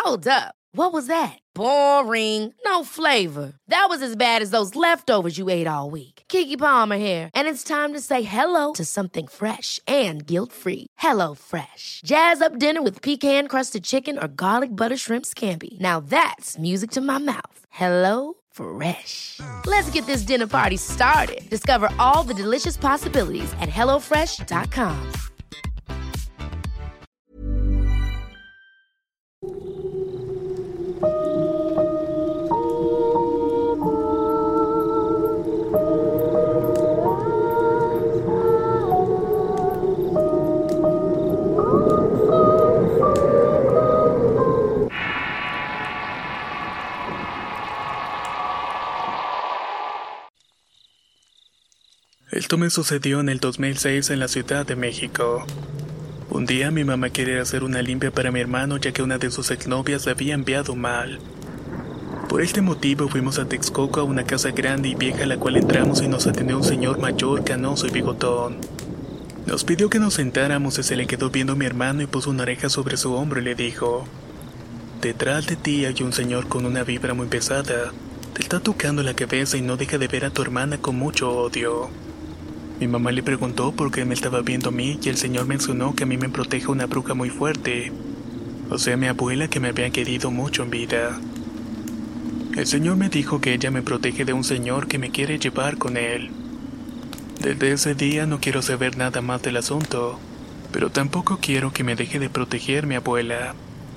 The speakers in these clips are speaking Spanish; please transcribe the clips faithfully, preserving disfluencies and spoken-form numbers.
Hold up. What was that? Boring. No flavor. That was as bad as those leftovers you ate all week. Keke Palmer here, and it's time to say hello to something fresh and guilt-free. Hello Fresh. Jazz up dinner with pecan-crusted chicken or garlic butter shrimp scampi. Now that's music to my mouth. Hello Fresh. Let's get this dinner party started. Discover all the delicious possibilities at hello fresh dot com. Esto me sucedió en el dos mil seis en la Ciudad de México. Un día mi mamá quería hacer una limpia para mi hermano ya que una de sus exnovias le había enviado mal. Por este motivo fuimos a Texcoco a una casa grande y vieja a la cual entramos y nos atendió un señor mayor, canoso y bigotón. Nos pidió que nos sentáramos y se le quedó viendo a mi hermano y puso una oreja sobre su hombro y le dijo: detrás de ti hay un señor con una vibra muy pesada. Te está tocando la cabeza y no deja de ver a tu hermana con mucho odio. Mi mamá le preguntó por qué me estaba viendo a mí y el señor mencionó que a mí me protege una bruja muy fuerte, o sea, mi abuela que me había querido mucho en vida. El señor me dijo que ella me protege de un señor que me quiere llevar con él. Desde ese día no quiero saber nada más del asunto, pero tampoco quiero que me deje de proteger mi abuela.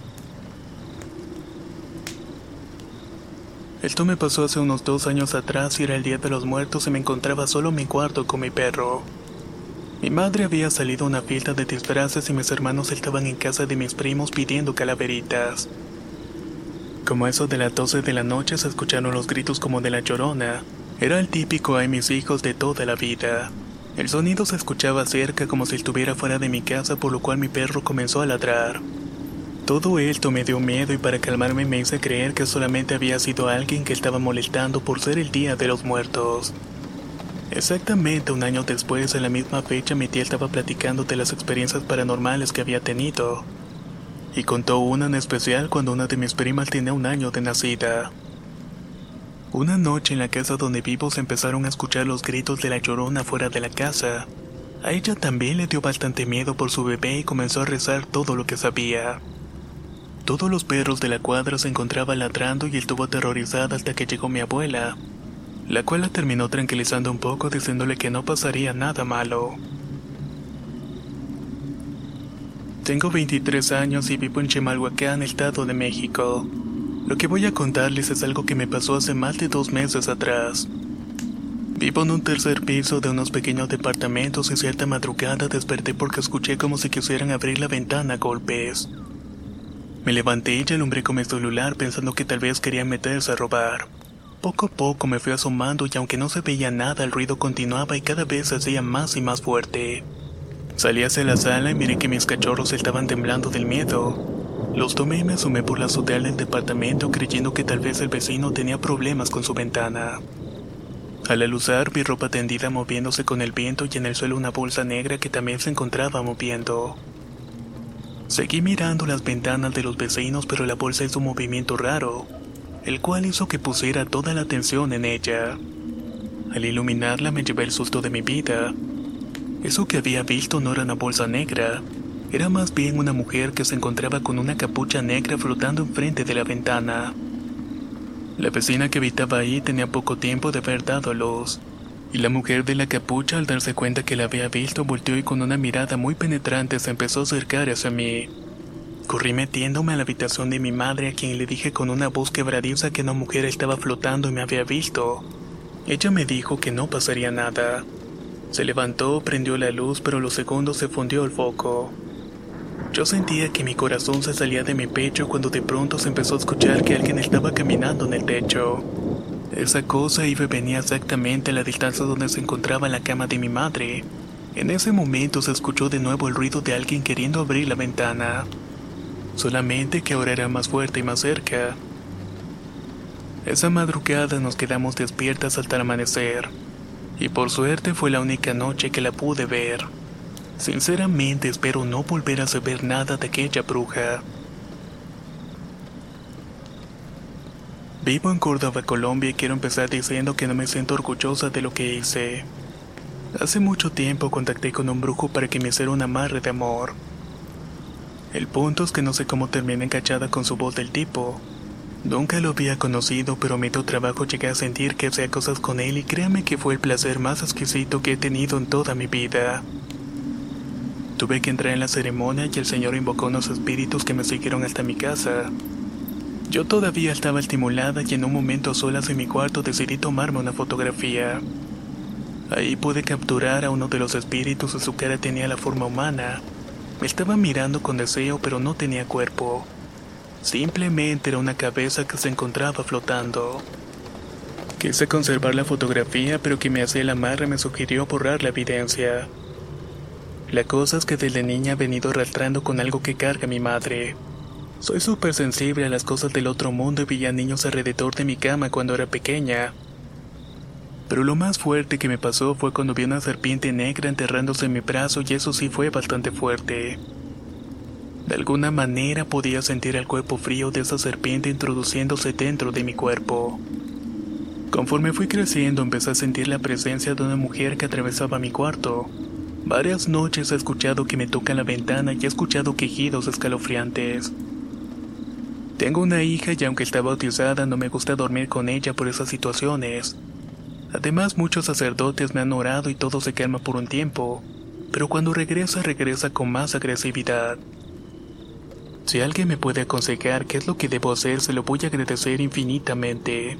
Esto me pasó hace unos dos años atrás y era el Día de los Muertos y me encontraba solo en mi cuarto con mi perro. Mi madre había salido a una fiesta de disfraces y mis hermanos estaban en casa de mis primos pidiendo calaveritas. Como eso de las doce de la noche se escucharon los gritos como de la Llorona. Era el típico "ay mis hijos" de toda la vida. El sonido se escuchaba cerca como si estuviera fuera de mi casa, por lo cual mi perro comenzó a ladrar. Todo esto me dio miedo y para calmarme me hice creer que solamente había sido alguien que estaba molestando por ser el Día de los Muertos. Exactamente un año después, en la misma fecha, mi tía estaba platicando de las experiencias paranormales que había tenido. Y contó una en especial cuando una de mis primas tenía un año de nacida. Una noche en la casa donde vivo se empezaron a escuchar los gritos de la Llorona fuera de la casa. A ella también le dio bastante miedo por su bebé y comenzó a rezar todo lo que sabía. Todos los perros de la cuadra se encontraban ladrando y estuvo aterrorizada hasta que llegó mi abuela, la cual la terminó tranquilizando un poco diciéndole que no pasaría nada malo. Tengo veintitrés años y vivo en Chimalhuacán, Estado de México. Lo que voy a contarles es algo que me pasó hace más de dos meses atrás. Vivo en un tercer piso de unos pequeños departamentos y cierta madrugada desperté porque escuché como si quisieran abrir la ventana a golpes. Me levanté y alumbré con mi celular pensando que tal vez querían meterse a robar. Poco a poco me fui asomando y aunque no se veía nada, el ruido continuaba y cada vez se hacía más y más fuerte. Salí hacia la sala y miré que mis cachorros estaban temblando del miedo. Los tomé y me asomé por la azotea del departamento creyendo que tal vez el vecino tenía problemas con su ventana. Al aluzar vi ropa tendida moviéndose con el viento y en el suelo una bolsa negra que también se encontraba moviendo. Seguí mirando las ventanas de los vecinos, pero la bolsa hizo un movimiento raro, el cual hizo que pusiera toda la atención en ella. Al iluminarla me llevé el susto de mi vida. Eso que había visto no era una bolsa negra, era más bien una mujer que se encontraba con una capucha negra flotando enfrente de la ventana. La vecina que habitaba ahí tenía poco tiempo de haber dado a luz. Y la mujer de la capucha, al darse cuenta que la había visto, volteó y con una mirada muy penetrante se empezó a acercar hacia mí. Corrí metiéndome a la habitación de mi madre, a quien le dije con una voz quebradiza que una mujer estaba flotando y me había visto. Ella me dijo que no pasaría nada. Se levantó, prendió la luz, pero a los segundos se fundió el foco. Yo sentía que mi corazón se salía de mi pecho cuando de pronto se empezó a escuchar que alguien estaba caminando en el techo. Esa cosa iba y venía exactamente a la distancia donde se encontraba la cama de mi madre. En ese momento se escuchó de nuevo el ruido de alguien queriendo abrir la ventana. Solamente que ahora era más fuerte y más cerca. Esa madrugada nos quedamos despiertas hasta el amanecer. Y por suerte fue la única noche que la pude ver. Sinceramente espero no volver a saber nada de aquella bruja. Vivo en Córdoba, Colombia y quiero empezar diciendo que no me siento orgullosa de lo que hice. Hace mucho tiempo contacté con un brujo para que me hiciera un amarre de amor. El punto es que no sé cómo terminé encachada con su voz del tipo. Nunca lo había conocido, pero a medio trabajo llegué a sentir que hacía cosas con él y créame que fue el placer más exquisito que he tenido en toda mi vida. Tuve que entrar en la ceremonia y el señor invocó unos espíritus que me siguieron hasta mi casa. Yo todavía estaba estimulada y en un momento a solas en mi cuarto decidí tomarme una fotografía. Ahí pude capturar a uno de los espíritus y su cara tenía la forma humana. Me estaba mirando con deseo pero no tenía cuerpo. Simplemente era una cabeza que se encontraba flotando. Quise conservar la fotografía, pero quien me hacía el amarre me sugirió borrar la evidencia. La cosa es que desde niña he venido arrastrando con algo que carga mi madre. Soy súper sensible a las cosas del otro mundo y veía niños alrededor de mi cama cuando era pequeña. Pero lo más fuerte que me pasó fue cuando vi una serpiente negra enterrándose en mi brazo y eso sí fue bastante fuerte. De alguna manera podía sentir el cuerpo frío de esa serpiente introduciéndose dentro de mi cuerpo. Conforme fui creciendo empecé a sentir la presencia de una mujer que atravesaba mi cuarto. Varias noches he escuchado que me tocan la ventana y he escuchado quejidos escalofriantes. Tengo una hija y aunque está bautizada no me gusta dormir con ella por esas situaciones. Además muchos sacerdotes me han orado y todo se calma por un tiempo, pero cuando regresa regresa con más agresividad. Si alguien me puede aconsejar qué es lo que debo hacer, se lo voy a agradecer infinitamente.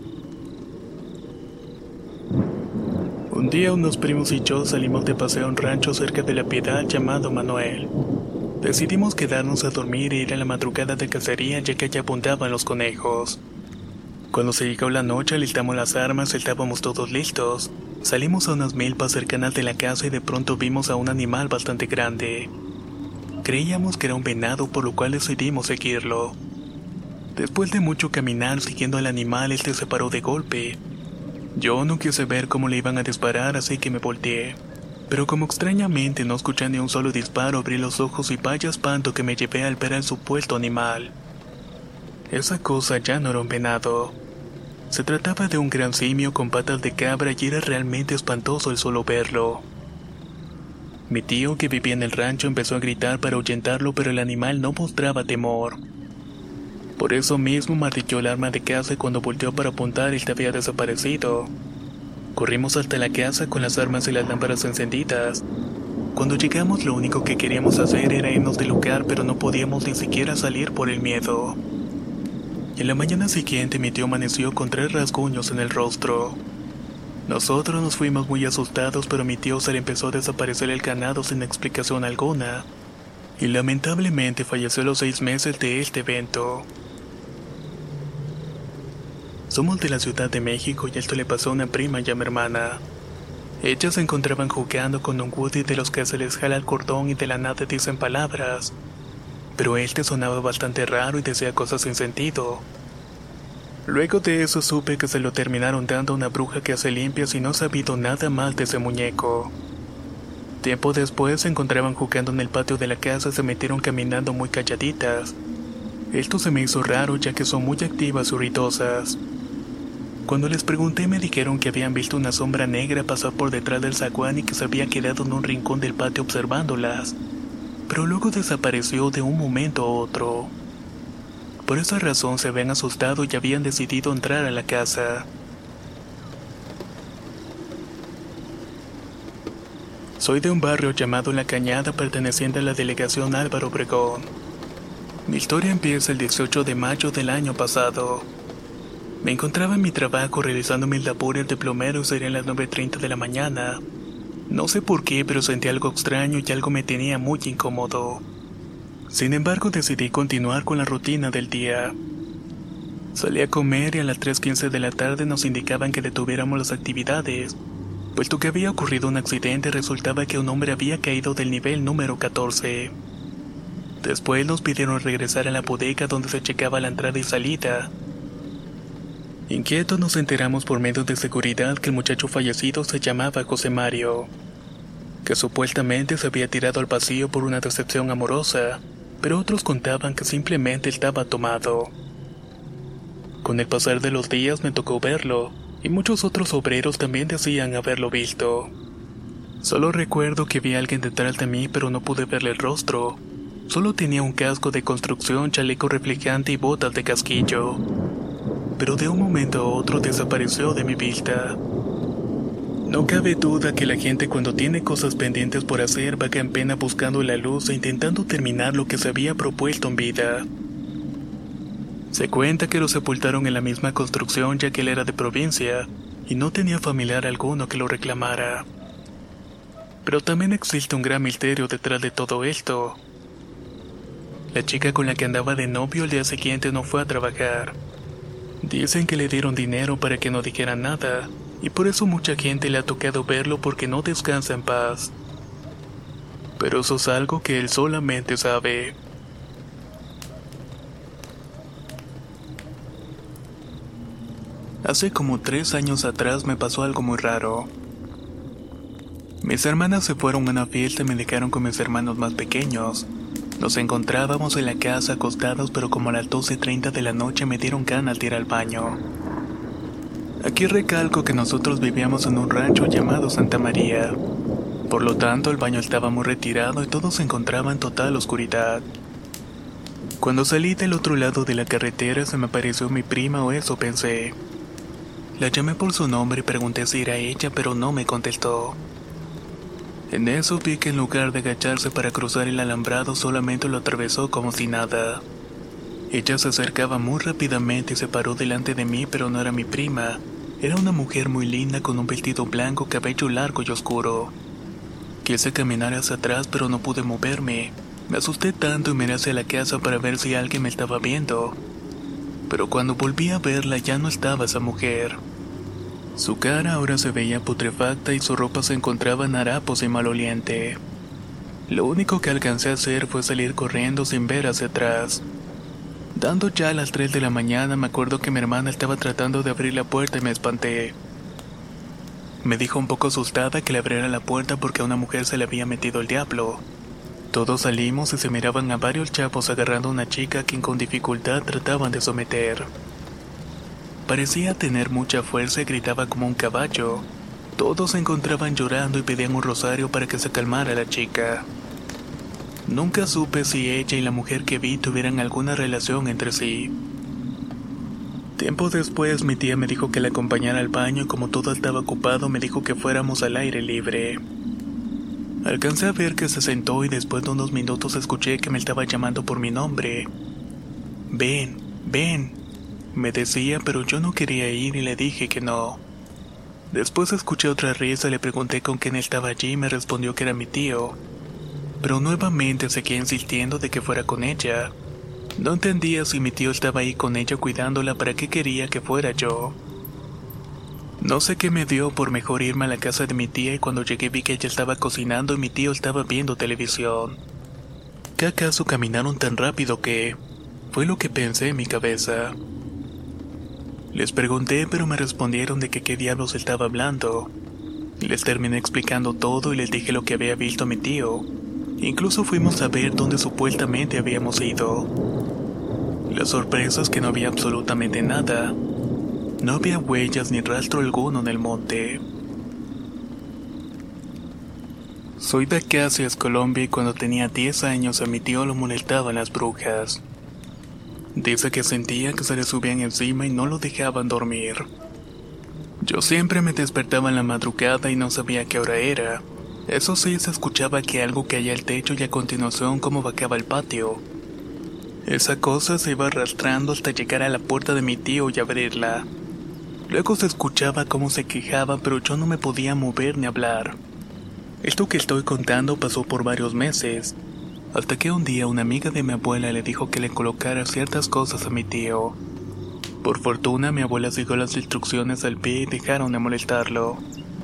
Un día unos primos y yo salimos de paseo a un rancho cerca de La Piedad llamado Manuel. Decidimos quedarnos a dormir e ir a la madrugada de cacería ya que allá abundaban los conejos. Cuando se llegó la noche alistamos las armas y estábamos todos listos. Salimos a unas milpas cercanas de la casa y de pronto vimos a un animal bastante grande. Creíamos que era un venado, por lo cual decidimos seguirlo. Después de mucho caminar siguiendo al animal, este se paró de golpe. Yo no quise ver cómo le iban a disparar, así que me volteé. Pero como extrañamente no escuché ni un solo disparo, abrí los ojos y vaya espanto que me llevé al ver al supuesto animal. Esa cosa ya no era un venado. Se trataba de un gran simio con patas de cabra y era realmente espantoso el solo verlo. Mi tío, que vivía en el rancho, empezó a gritar para ahuyentarlo, pero el animal no mostraba temor. Por eso mismo martilló el arma de caza y cuando volteó para apuntar, él había desaparecido. Corrimos hasta la casa con las armas y las lámparas encendidas. Cuando llegamos, lo único que queríamos hacer era irnos del lugar, pero no podíamos ni siquiera salir por el miedo. En la mañana siguiente, mi tío amaneció con tres rasguños en el rostro. Nosotros nos fuimos muy asustados, pero a mi tío se le empezó a desaparecer el ganado sin explicación alguna. Y lamentablemente falleció a los seis meses de este evento. Somos de la Ciudad de México y esto le pasó a una prima y a mi hermana. Ellas se encontraban jugando con un Woody de los que se les jala el cordón y de la nada dicen palabras. Pero este sonaba bastante raro y decía cosas sin sentido. Luego de eso supe que se lo terminaron dando a una bruja que hace limpias y no he sabido nada más de ese muñeco. Tiempo después se encontraban jugando en el patio de la casa y se metieron caminando muy calladitas. Esto se me hizo raro ya que son muy activas y ruidosas. Cuando les pregunté me dijeron que habían visto una sombra negra pasar por detrás del zaguán y que se había quedado en un rincón del patio observándolas, pero luego desapareció de un momento a otro. Por esa razón se habían asustado y habían decidido entrar a la casa. Soy de un barrio llamado La Cañada perteneciente a la delegación Álvaro Obregón. Mi historia empieza el dieciocho de mayo del año pasado. Me encontraba en mi trabajo realizando mis labores de plomero y serían las nueve treinta de la mañana. No sé por qué, pero sentí algo extraño y algo me tenía muy incómodo. Sin embargo, decidí continuar con la rutina del día. Salí a comer y a las tres quince de la tarde nos indicaban que detuviéramos las actividades, puesto que había ocurrido un accidente y resultaba que un hombre había caído del nivel número catorce. Después nos pidieron regresar a la bodega donde se checaba la entrada y salida. Inquietos nos enteramos por medios de seguridad que el muchacho fallecido se llamaba José Mario, que supuestamente se había tirado al vacío por una decepción amorosa, pero otros contaban que simplemente estaba tomado. Con el pasar de los días me tocó verlo, y muchos otros obreros también decían haberlo visto. Solo recuerdo que vi a alguien detrás de mí, pero no pude verle el rostro. Solo tenía un casco de construcción, chaleco reflejante y botas de casquillo. Pero de un momento a otro desapareció de mi vista. No cabe duda que la gente cuando tiene cosas pendientes por hacer vaga en pena buscando la luz e intentando terminar lo que se había propuesto en vida. Se cuenta que lo sepultaron en la misma construcción ya que él era de provincia y no tenía familiar alguno que lo reclamara. Pero también existe un gran misterio detrás de todo esto. La chica con la que andaba de novio el día siguiente no fue a trabajar. Dicen que le dieron dinero para que no dijera nada, y por eso mucha gente le ha tocado verlo porque no descansa en paz. Pero eso es algo que él solamente sabe. Hace como tres años atrás me pasó algo muy raro. Mis hermanas se fueron a una fiesta y me dejaron con mis hermanos más pequeños. Nos encontrábamos en la casa acostados, pero como a las doce treinta de la noche me dieron ganas de ir al baño. Aquí recalco que nosotros vivíamos en un rancho llamado Santa María. Por lo tanto, el baño estaba muy retirado y todo se encontraba en total oscuridad. Cuando salí del otro lado de la carretera se me apareció mi prima o eso pensé. La llamé por su nombre y pregunté si era ella, pero no me contestó. En eso vi que en lugar de agacharse para cruzar el alambrado solamente lo atravesó como si nada. Ella se acercaba muy rápidamente y se paró delante de mí, pero no era mi prima. Era una mujer muy linda con un vestido blanco, cabello largo y oscuro. Quise caminar hacia atrás, pero no pude moverme. Me asusté tanto y miré hacia la casa para ver si alguien me estaba viendo. Pero cuando volví a verla ya no estaba esa mujer. Su cara ahora se veía putrefacta y su ropa se encontraba en harapos y maloliente. Lo único que alcancé a hacer fue salir corriendo sin ver hacia atrás. Dando ya a las tres de la mañana me acuerdo que mi hermana estaba tratando de abrir la puerta y me espanté. Me dijo un poco asustada que le abriera la puerta porque a una mujer se le había metido el diablo. Todos salimos y se miraban a varios chavos agarrando a una chica a quien con dificultad trataban de someter. Parecía tener mucha fuerza y gritaba como un caballo. Todos se encontraban llorando y pedían un rosario para que se calmara la chica. Nunca supe si ella y la mujer que vi tuvieran alguna relación entre sí. Tiempo después mi tía me dijo que la acompañara al baño y como todo estaba ocupado me dijo que fuéramos al aire libre. Alcancé a ver que se sentó y después de unos minutos escuché que me estaba llamando por mi nombre. Ven, ven, me decía, pero yo no quería ir y le dije que no. Después escuché otra risa, le pregunté con quién estaba allí y me respondió que era mi tío. Pero nuevamente seguía insistiendo de que fuera con ella. No entendía si mi tío estaba ahí con ella cuidándola, para qué quería que fuera yo. No sé qué me dio por mejor irme a la casa de mi tía y cuando llegué vi que ella estaba cocinando y mi tío estaba viendo televisión. ¿Qué acaso caminaron tan rápido que...? Fue lo que pensé en mi cabeza. Les pregunté pero me respondieron de que qué diablos estaba hablando. Les terminé explicando todo y les dije lo que había visto a mi tío. Incluso fuimos a ver dónde supuestamente habíamos ido. La sorpresa es que no había absolutamente nada. No había huellas ni rastro alguno en el monte. Soy de Caxias, Colombia, y cuando tenía diez años a mi tío lo molestaban las brujas. Dice que sentía que se le subían encima y no lo dejaban dormir. Yo siempre me despertaba en la madrugada y no sabía qué hora era. Eso sí, se escuchaba que algo caía al techo y a continuación como vaqueaba el patio. Esa cosa se iba arrastrando hasta llegar a la puerta de mi tío y abrirla. Luego se escuchaba cómo se quejaba, pero yo no me podía mover ni hablar. Esto que estoy contando pasó por varios meses, hasta que un día una amiga de mi abuela le dijo que le colocara ciertas cosas a mi tío. Por fortuna mi abuela siguió las instrucciones al pie y dejaron de molestarlo.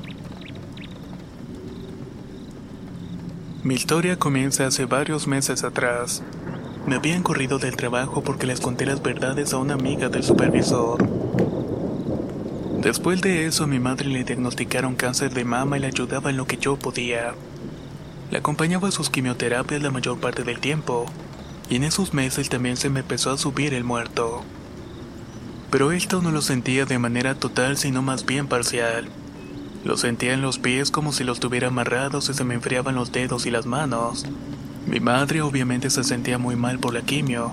Mi historia comienza hace varios meses atrás. Me habían corrido del trabajo porque les conté las verdades a una amiga del supervisor. Después de eso, a mi madre le diagnosticaron cáncer de mama y le ayudaba en lo que yo podía. Le acompañaba a sus quimioterapias la mayor parte del tiempo, y en esos meses también se me empezó a subir el muerto. Pero esto no lo sentía de manera total, sino más bien parcial. Lo sentía en los pies como si los tuviera amarrados y se me enfriaban los dedos y las manos. Mi madre obviamente se sentía muy mal por la quimio.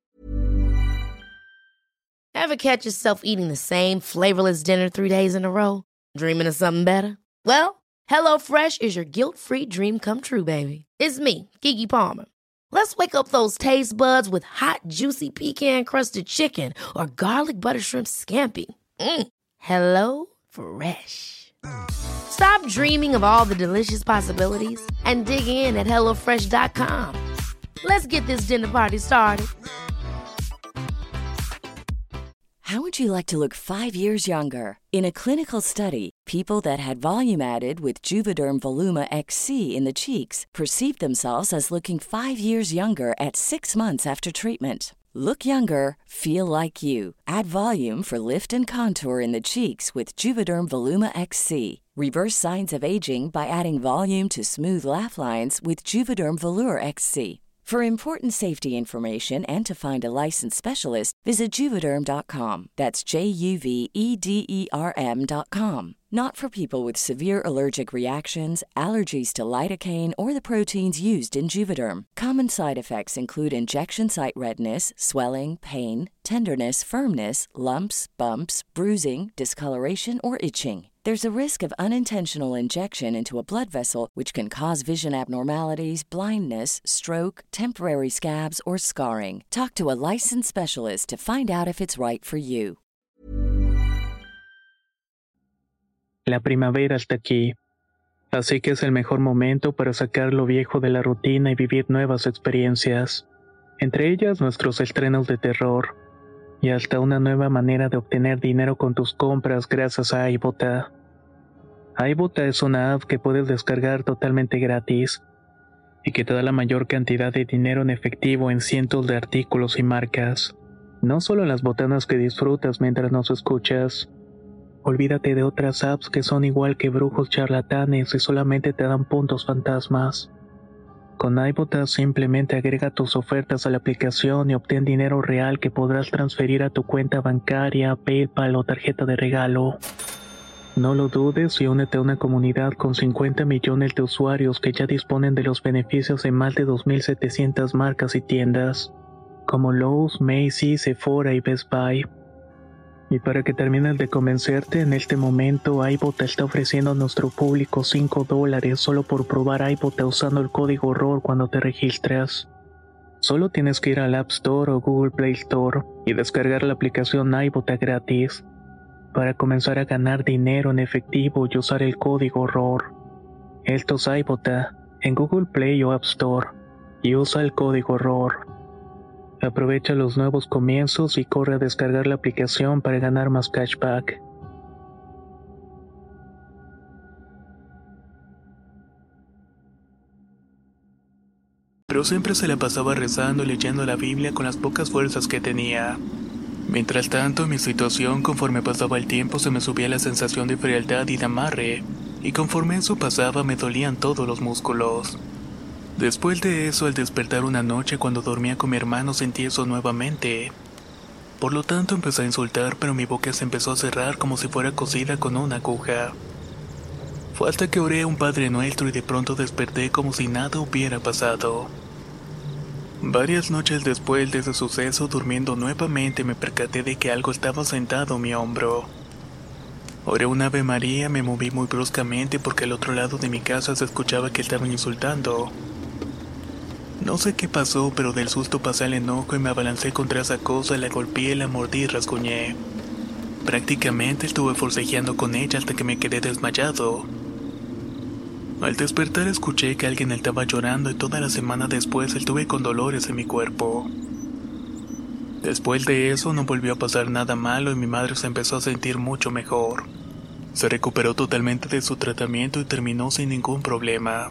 Ever catch yourself eating the same flavorless dinner three days in a row? Dreaming of something better? Well, HelloFresh is your guilt-free dream come true, baby. It's me, Keke Palmer. Let's wake up those taste buds with hot, juicy pecan-crusted chicken or garlic butter shrimp scampi. Mm. Hello Fresh. Stop dreaming of all the delicious possibilities and dig in at hello fresh dot com. Let's get this dinner party started. How would you like to look five years younger? In a clinical study, people that had volume added with Juvederm Voluma X C in the cheeks perceived themselves as looking five years younger at six months after treatment. Look younger, feel like you. Add volume for lift and contour in the cheeks with Juvederm Voluma X C. Reverse signs of aging by adding volume to smooth laugh lines with Juvederm Volure X C. For important safety information and to find a licensed specialist, visit Juvederm dot com. That's J U V E D E R M dot com. Not for people with severe allergic reactions, allergies to lidocaine, or the proteins used in Juvederm. Common side effects include injection site redness, swelling, pain, tenderness, firmness, lumps, bumps, bruising, discoloration, or itching. There's a risk of unintentional injection into a blood vessel, which can cause vision abnormalities, blindness, stroke, temporary scabs, or scarring. Talk to a licensed specialist to find out if it's right for you. La primavera está aquí, así que es el mejor momento para sacar lo viejo de la rutina y vivir nuevas experiencias, entre ellas nuestros estrenos de terror, y hasta una nueva manera de obtener dinero con tus compras gracias a iBota. iBota es una app que puedes descargar totalmente gratis, y que te da la mayor cantidad de dinero en efectivo en cientos de artículos y marcas, no solo en las botanas que disfrutas mientras nos escuchas. Olvídate de otras apps que son igual que brujos charlatanes y solamente te dan puntos fantasmas. Con iBota simplemente agrega tus ofertas a la aplicación y obtén dinero real que podrás transferir a tu cuenta bancaria, PayPal o tarjeta de regalo. No lo dudes y únete a una comunidad con cincuenta millones de usuarios que ya disponen de los beneficios de más de dos mil setecientas marcas y tiendas, como Lowe's, Macy's, Sephora y Best Buy. Y para que termines de convencerte, en este momento iBota está ofreciendo a nuestro público cinco dólares solo por probar iBota usando el código horror cuando te registras. Solo tienes que ir al App Store o Google Play Store y descargar la aplicación iBota gratis para comenzar a ganar dinero en efectivo y usar el código horror. Esto es iBota en Google Play o App Store y usa el código horror. Aprovecha los nuevos comienzos y corre a descargar la aplicación para ganar más cashback. Pero siempre se la pasaba rezando y leyendo la Biblia con las pocas fuerzas que tenía. Mientras tanto, en mi situación, conforme pasaba el tiempo, se me subía la sensación de frialdad y de amarre, y conforme eso pasaba me dolían todos los músculos. Después de eso, al despertar una noche cuando dormía con mi hermano, sentí eso nuevamente. Por lo tanto, empecé a insultar, pero mi boca se empezó a cerrar como si fuera cosida con una aguja. Fue hasta que oré a un Padre Nuestro y de pronto desperté como si nada hubiera pasado. Varias noches después de ese suceso, durmiendo nuevamente, me percaté de que algo estaba sentado en mi hombro. Oré un Ave María, me moví muy bruscamente porque al otro lado de mi casa se escuchaba que estaban insultando. No sé qué pasó, pero del susto pasé al enojo y me abalancé contra esa cosa, la golpeé, la mordí y rasguñé. Prácticamente estuve forcejeando con ella hasta que me quedé desmayado. Al despertar escuché que alguien estaba llorando y toda la semana después estuve con dolores en mi cuerpo. Después de eso no volvió a pasar nada malo y mi madre se empezó a sentir mucho mejor. Se recuperó totalmente de su tratamiento y terminó sin ningún problema.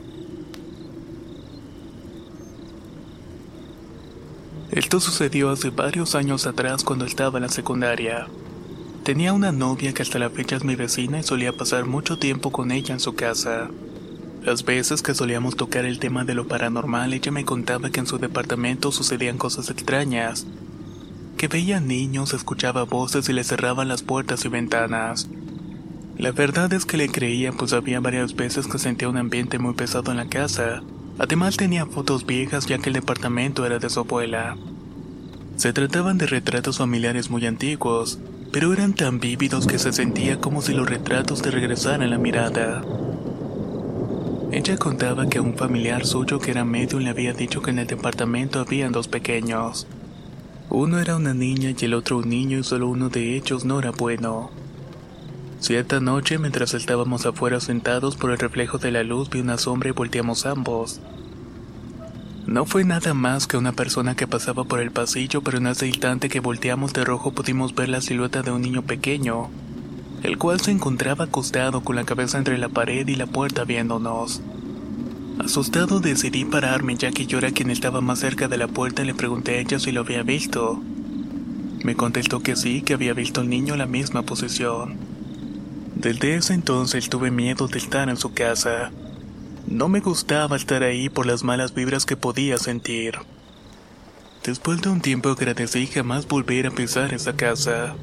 Esto sucedió hace varios años atrás cuando estaba en la secundaria. Tenía una novia que hasta la fecha es mi vecina y solía pasar mucho tiempo con ella en su casa. Las veces que solíamos tocar el tema de lo paranormal, ella me contaba que en su departamento sucedían cosas extrañas, que veía niños, escuchaba voces y le cerraban las puertas y ventanas. La verdad es que le creía, pues había varias veces que sentía un ambiente muy pesado en la casa. Además tenía fotos viejas ya que el departamento era de su abuela. Se trataban de retratos familiares muy antiguos, pero eran tan vívidos que se sentía como si los retratos te regresaran la mirada. Ella contaba que un familiar suyo que era medium le había dicho que en el departamento habían dos pequeños. Uno era una niña y el otro un niño y solo uno de ellos no era bueno. Cierta noche, mientras estábamos afuera sentados por el reflejo de la luz, vi una sombra y volteamos ambos. No fue nada más que una persona que pasaba por el pasillo, pero en ese instante que volteamos de rojo pudimos ver la silueta de un niño pequeño, el cual se encontraba acostado con la cabeza entre la pared y la puerta viéndonos. Asustado decidí pararme ya que yo era quien estaba más cerca de la puerta y le pregunté a ella si lo había visto. Me contestó que sí, que había visto al niño en la misma posición. Desde ese entonces tuve miedo de estar en su casa. No me gustaba estar ahí por las malas vibras que podía sentir. Después de un tiempo agradecí jamás volver a pisar esa casa.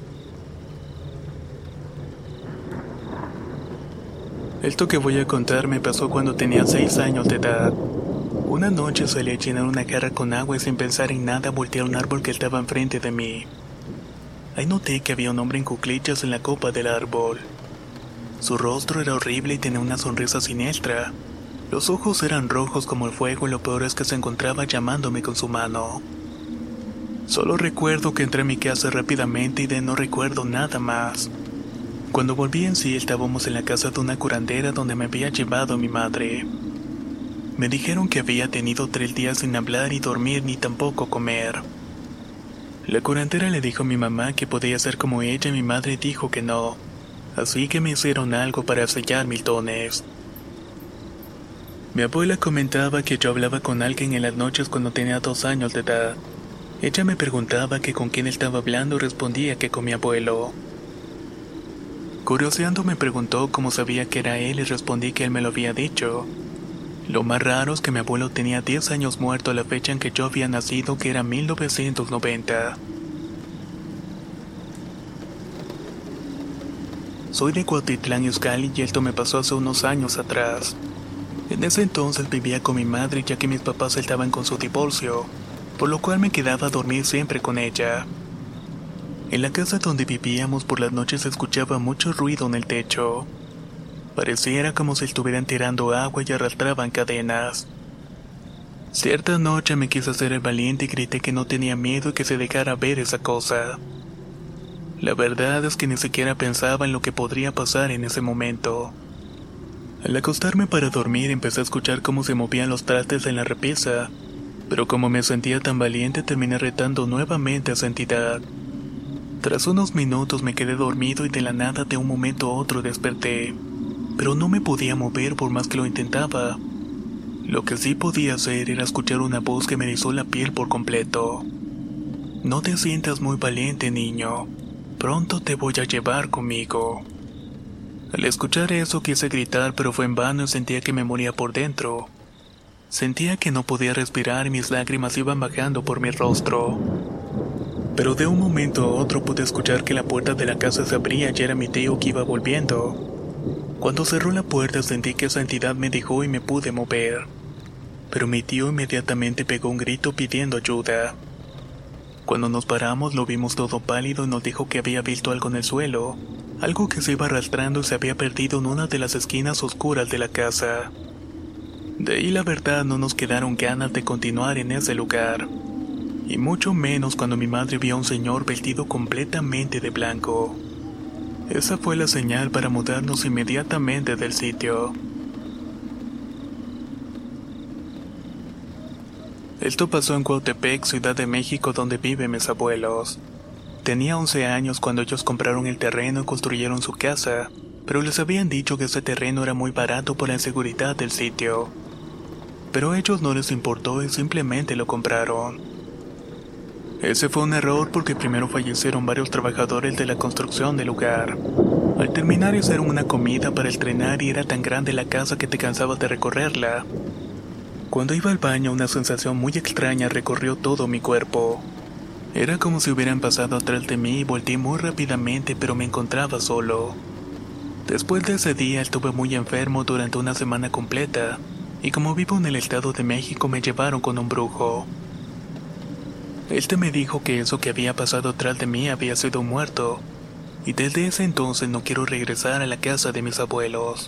Esto que voy a contar me pasó cuando tenía seis años de edad. Una noche salí a llenar una jarra con agua y sin pensar en nada volteé a un árbol que estaba enfrente de mí. Ahí noté que había un hombre en cuclillas en la copa del árbol. Su rostro era horrible y tenía una sonrisa siniestra. Los ojos eran rojos como el fuego y lo peor es que se encontraba llamándome con su mano. Solo recuerdo que entré a mi casa rápidamente y de no recuerdo nada más. Cuando volví en sí estábamos en la casa de una curandera donde me había llevado mi madre. Me dijeron que había tenido tres días sin hablar y dormir ni tampoco comer. La curandera le dijo a mi mamá que podía ser como ella y mi madre dijo que no. Así que me hicieron algo para sellar mis dones. Mi abuela comentaba que yo hablaba con alguien en las noches cuando tenía dos años de edad. Ella me preguntaba que con quién estaba hablando y respondía que con mi abuelo. Curioseando me preguntó cómo sabía que era él y respondí que él me lo había dicho. Lo más raro es que mi abuelo tenía diez años muerto a la fecha en que yo había nacido, que era mil novecientos noventa. Soy de Cuautitlán, Izcalli, y esto me pasó hace unos años atrás. En ese entonces vivía con mi madre ya que mis papás estaban con su divorcio, por lo cual me quedaba a dormir siempre con ella. En la casa donde vivíamos por las noches se escuchaba mucho ruido en el techo. Pareciera como si estuvieran tirando agua y arrastraban cadenas. Cierta noche me quise hacer el valiente y grité que no tenía miedo y que se dejara ver esa cosa. La verdad es que ni siquiera pensaba en lo que podría pasar en ese momento. Al acostarme para dormir empecé a escuchar cómo se movían los trastes en la repisa, pero como me sentía tan valiente terminé retando nuevamente a esa entidad. Tras unos minutos me quedé dormido y de la nada de un momento a otro desperté. Pero no me podía mover por más que lo intentaba. Lo que sí podía hacer era escuchar una voz que me erizó la piel por completo. No te sientas muy valiente, niño. Pronto te voy a llevar conmigo. Al escuchar eso quise gritar, pero fue en vano y sentía que me moría por dentro. Sentía que no podía respirar y mis lágrimas iban bajando por mi rostro. Pero de un momento a otro pude escuchar que la puerta de la casa se abría y era mi tío que iba volviendo. Cuando cerró la puerta sentí que esa entidad me dejó y me pude mover. Pero mi tío inmediatamente pegó un grito pidiendo ayuda. Cuando nos paramos lo vimos todo pálido y nos dijo que había visto algo en el suelo, algo que se iba arrastrando y se había perdido en una de las esquinas oscuras de la casa. De ahí la verdad no nos quedaron ganas de continuar en ese lugar, y mucho menos cuando mi madre vio a un señor vestido completamente de blanco. Esa fue la señal para mudarnos inmediatamente del sitio. Esto pasó en Cuautepec, Ciudad de México, donde viven mis abuelos. Tenía once años cuando ellos compraron el terreno y construyeron su casa, pero les habían dicho que ese terreno era muy barato por la inseguridad del sitio. Pero a ellos no les importó y simplemente lo compraron. Ese fue un error porque primero fallecieron varios trabajadores de la construcción del lugar. Al terminar hicieron una comida para estrenar y era tan grande la casa que te cansabas de recorrerla. Cuando iba al baño una sensación muy extraña recorrió todo mi cuerpo. Era como si hubieran pasado atrás de mí y volteé muy rápidamente, pero me encontraba solo. Después de ese día estuve muy enfermo durante una semana completa, y como vivo en el Estado de México me llevaron con un brujo. Este me dijo que eso que había pasado atrás de mí había sido un muerto, y desde ese entonces no quiero regresar a la casa de mis abuelos.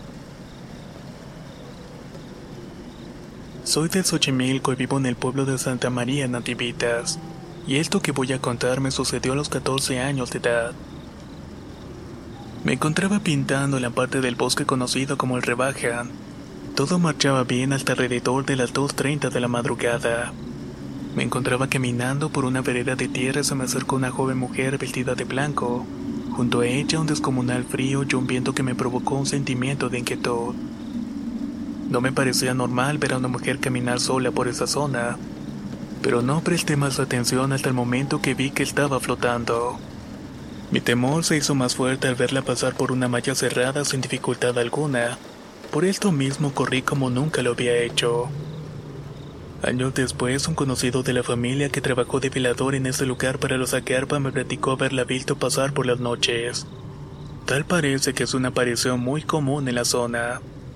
Soy de Xochimilco y vivo en el pueblo de Santa María Nativitas, y esto que voy a contar me sucedió a los catorce años de edad. Me encontraba pintando en la parte del bosque conocido como el Rebajan. Todo marchaba bien hasta alrededor de las dos treinta de la madrugada. Me encontraba caminando por una vereda de tierra y se me acercó una joven mujer vestida de blanco. Junto a ella un descomunal frío y un viento que me provocó un sentimiento de inquietud. No me parecía normal ver a una mujer caminar sola por esa zona, pero no presté más atención hasta el momento que vi que estaba flotando. Mi temor se hizo más fuerte al verla pasar por una malla cerrada sin dificultad alguna. Por esto mismo corrí como nunca lo había hecho. Años después, un conocido de la familia que trabajó de velador en ese lugar para los Aguerpa me platicó haberla visto pasar por las noches. Tal parece que es una aparición muy común en la zona.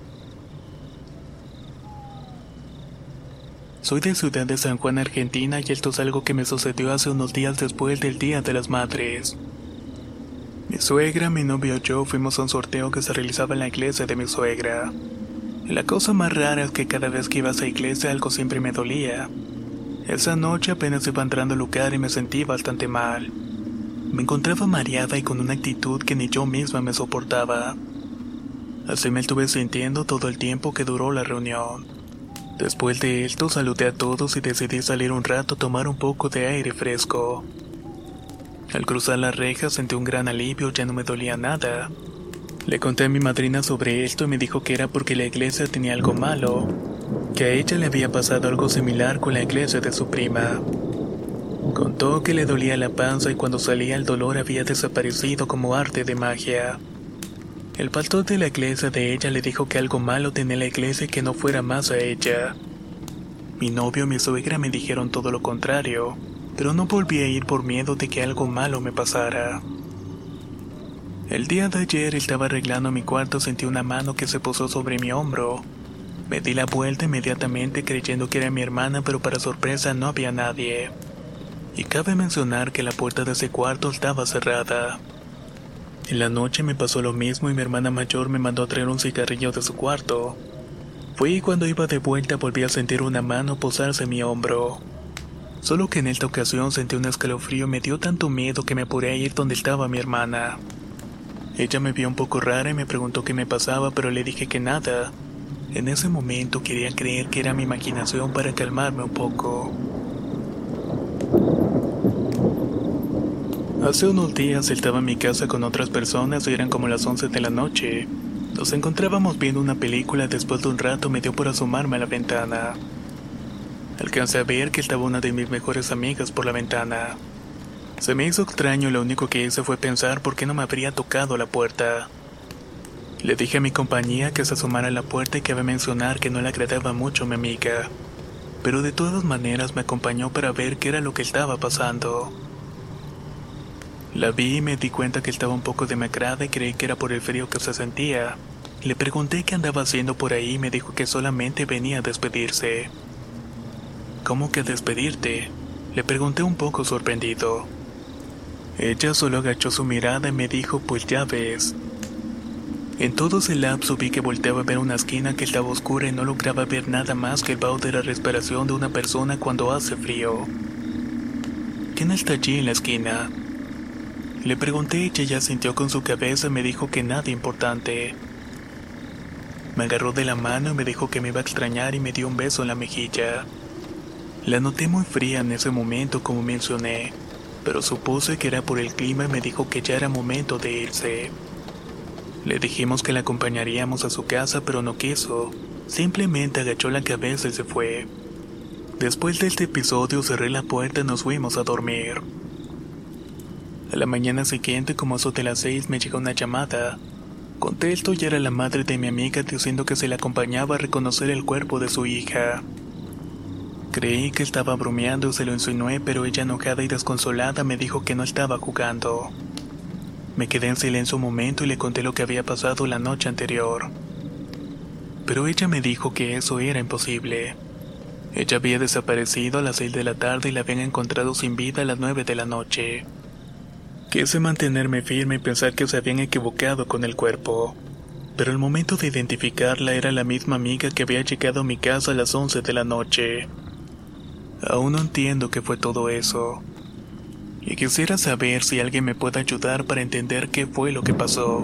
Soy de Ciudad de San Juan, Argentina, y esto es algo que me sucedió hace unos días después del Día de las Madres. Mi suegra, mi novio y yo fuimos a un sorteo que se realizaba en la iglesia de mi suegra. La cosa más rara es que cada vez que iba a esa iglesia algo siempre me dolía. Esa noche apenas iba entrando al lugar y me sentí bastante mal. Me encontraba mareada y con una actitud que ni yo misma me soportaba. Así me estuve sintiendo todo el tiempo que duró la reunión. Después de esto saludé a todos y decidí salir un rato a tomar un poco de aire fresco. Al cruzar la reja sentí un gran alivio, ya no me dolía nada. Le conté a mi madrina sobre esto y me dijo que era porque la iglesia tenía algo malo, que a ella le había pasado algo similar con la iglesia de su prima. Contó que le dolía la panza y cuando salía el dolor había desaparecido como arte de magia. El pastor de la iglesia de ella le dijo que algo malo tenía la iglesia y que no fuera más a ella. Mi novio y mi suegra me dijeron todo lo contrario, pero no volví a ir por miedo de que algo malo me pasara. El día de ayer estaba arreglando mi cuarto, sentí una mano que se posó sobre mi hombro. Me di la vuelta inmediatamente creyendo que era mi hermana, pero para sorpresa no había nadie. Y cabe mencionar que la puerta de ese cuarto estaba cerrada. En la noche me pasó lo mismo y mi hermana mayor me mandó a traer un cigarrillo de su cuarto. Fui y cuando iba de vuelta volví a sentir una mano posarse en mi hombro. Solo que en esta ocasión sentí un escalofrío y me dio tanto miedo que me apuré a ir donde estaba mi hermana. Ella me vio un poco rara y me preguntó qué me pasaba, pero le dije que nada. En ese momento quería creer que era mi imaginación para calmarme un poco. Hace unos días estaba en mi casa con otras personas y eran como las once de la noche. Nos encontrábamos viendo una película y después de un rato me dio por asomarme a la ventana. Alcancé a ver que estaba una de mis mejores amigas por la ventana. Se me hizo extraño y lo único que hice fue pensar por qué no me habría tocado la puerta. Le dije a mi compañía que se asomara a la puerta y cabe mencionar que no le agradaba mucho a mi amiga, pero de todas maneras me acompañó para ver qué era lo que estaba pasando. La vi y me di cuenta que estaba un poco demacrada y creí que era por el frío que se sentía. Le pregunté qué andaba haciendo por ahí y me dijo que solamente venía a despedirse. ¿Cómo que a despedirte?, le pregunté un poco sorprendido. Ella solo agachó su mirada y me dijo, pues ya ves. En todo ese lapso vi que volteaba a ver una esquina que estaba oscura y no lograba ver nada más que el vaho de la respiración de una persona cuando hace frío. ¿Quién está allí en la esquina?, le pregunté y ella sintió con su cabeza y me dijo que nada importante. Me agarró de la mano y me dijo que me iba a extrañar y me dio un beso en la mejilla. La noté muy fría en ese momento, como mencioné, pero supuse que era por el clima y me dijo que ya era momento de irse. Le dijimos que la acompañaríamos a su casa, pero no quiso. Simplemente agachó la cabeza y se fue. Después de este episodio cerré la puerta y nos fuimos a dormir. A la mañana siguiente, como eso de las seis, me llegó una llamada. Contesto y era la madre de mi amiga diciendo que se la acompañaba a reconocer el cuerpo de su hija. Creí que estaba bromeando y se lo insinué, pero ella, enojada y desconsolada, me dijo que no estaba jugando. Me quedé en silencio un momento y le conté lo que había pasado la noche anterior. Pero ella me dijo que eso era imposible. Ella había desaparecido a las seis de la tarde y la habían encontrado sin vida a las nueve de la noche. Quise mantenerme firme y pensar que se habían equivocado con el cuerpo. Pero el momento de identificarla era la misma amiga que había llegado a mi casa a las once de la noche. Aún no entiendo qué fue todo eso. Y quisiera saber si alguien me puede ayudar para entender qué fue lo que pasó.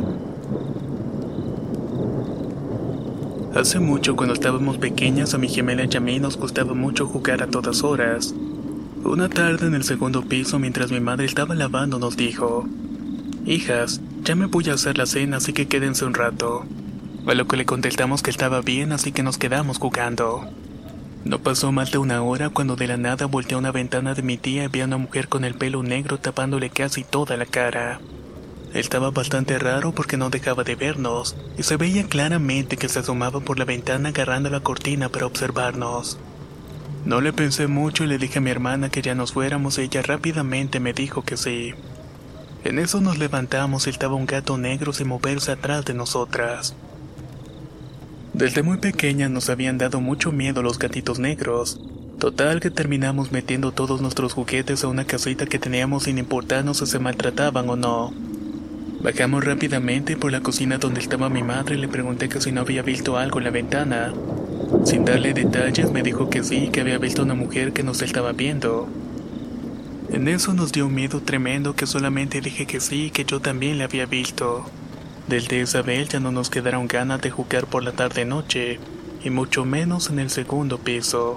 Hace mucho, cuando estábamos pequeñas, a mi gemela y a mí nos gustaba mucho jugar a todas horas. Una tarde en el segundo piso, mientras mi madre estaba lavando, nos dijo: «Hijas, ya me voy a hacer la cena, así que quédense un rato». A lo que le contestamos que estaba bien, así que nos quedamos jugando. No pasó más de una hora cuando de la nada volteé a una ventana de mi tía y vi a una mujer con el pelo negro tapándole casi toda la cara. Estaba bastante raro porque no dejaba de vernos, y se veía claramente que se asomaba por la ventana agarrando la cortina para observarnos. No le pensé mucho y le dije a mi hermana que ya nos fuéramos y ella rápidamente me dijo que sí. En eso nos levantamos y estaba un gato negro sin moverse atrás de nosotras. Desde muy pequeñas nos habían dado mucho miedo los gatitos negros. Total que terminamos metiendo todos nuestros juguetes a una casita que teníamos sin importarnos si se maltrataban o no. Bajamos rápidamente por la cocina donde estaba mi madre y le pregunté que si no había visto algo en la ventana. Sin darle detalles me dijo que sí, que había visto una mujer que nos estaba viendo. En eso nos dio un miedo tremendo que solamente dije que sí, que yo también la había visto. Desde esa vez ya no nos quedaron ganas de jugar por la tarde-noche, y mucho menos en el segundo piso.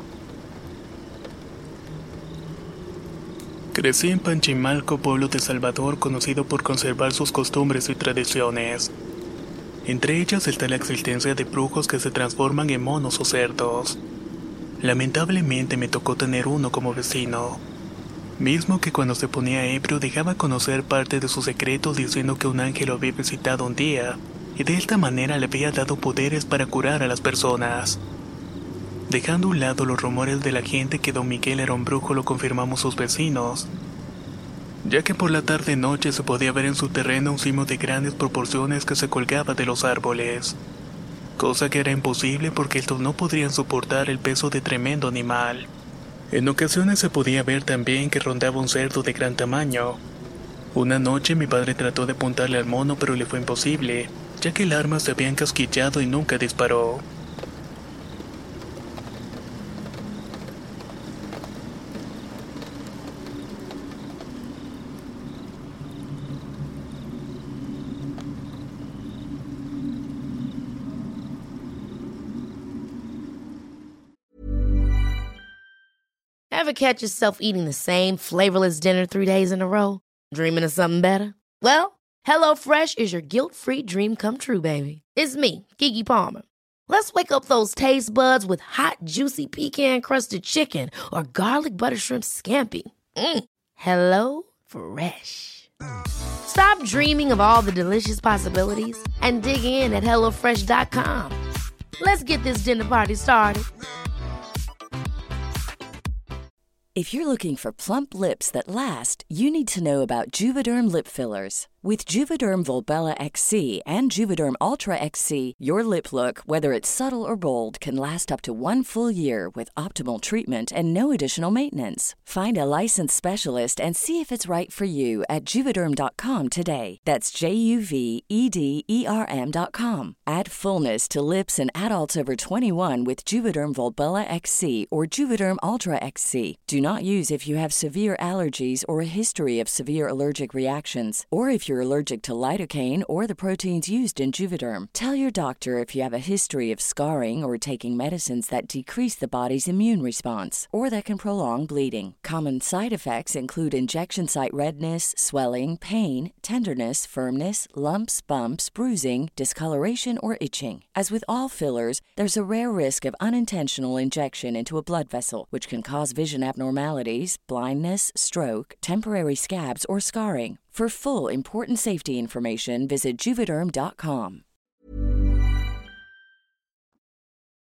Crecí en Panchimalco, pueblo de Salvador, conocido por conservar sus costumbres y tradiciones. Entre ellas está la existencia de brujos que se transforman en monos o cerdos. Lamentablemente me tocó tener uno como vecino. Mismo que cuando se ponía ebrio dejaba conocer parte de sus secretos diciendo que un ángel lo había visitado un día y de esta manera le había dado poderes para curar a las personas. Dejando a un lado los rumores de la gente que don Miguel era un brujo, lo confirmamos sus vecinos, ya que por la tarde-noche se podía ver en su terreno un cimo de grandes proporciones que se colgaba de los árboles, cosa que era imposible porque estos no podrían soportar el peso de tremendo animal. En ocasiones se podía ver también que rondaba un cerdo de gran tamaño. Una noche mi padre trató de apuntarle al mono, pero le fue imposible, ya que el arma se había encasquillado y nunca disparó. Ever catch yourself eating the same flavorless dinner three days in a row? Dreaming of something better? Well, HelloFresh is your guilt-free dream come true, baby. It's me, Keke Palmer. Let's wake up those taste buds with hot, juicy pecan-crusted chicken or garlic butter shrimp scampi. Mm. Hello Fresh. Stop dreaming of all the delicious possibilities and dig in at hello fresh dot com. Let's get this dinner party started. If you're looking for plump lips that last, you need to know about Juvederm lip fillers. With Juvederm Volbella X C and Juvederm Ultra X C, your lip look, whether it's subtle or bold, can last up to one full year with optimal treatment and no additional maintenance. Find a licensed specialist and see if it's right for you at Juvederm dot com today. That's J U V E D E R M dot com. Add fullness to lips in adults over twenty-one with Juvederm Volbella X C or Juvederm Ultra X C. Do not use if you have severe allergies or a history of severe allergic reactions, or if you're allergic to lidocaine or the proteins used in Juvederm. Tell your doctor if you have a history of scarring or taking medicines that decrease the body's immune response or that can prolong bleeding. Common side effects include injection site redness, swelling, pain, tenderness, firmness, lumps, bumps, bruising, discoloration, or itching. As with all fillers, there's a rare risk of unintentional injection into a blood vessel, which can cause vision abnormalities, blindness, stroke, temporary scabs, or scarring. For full, important safety information, visit Juvederm dot com.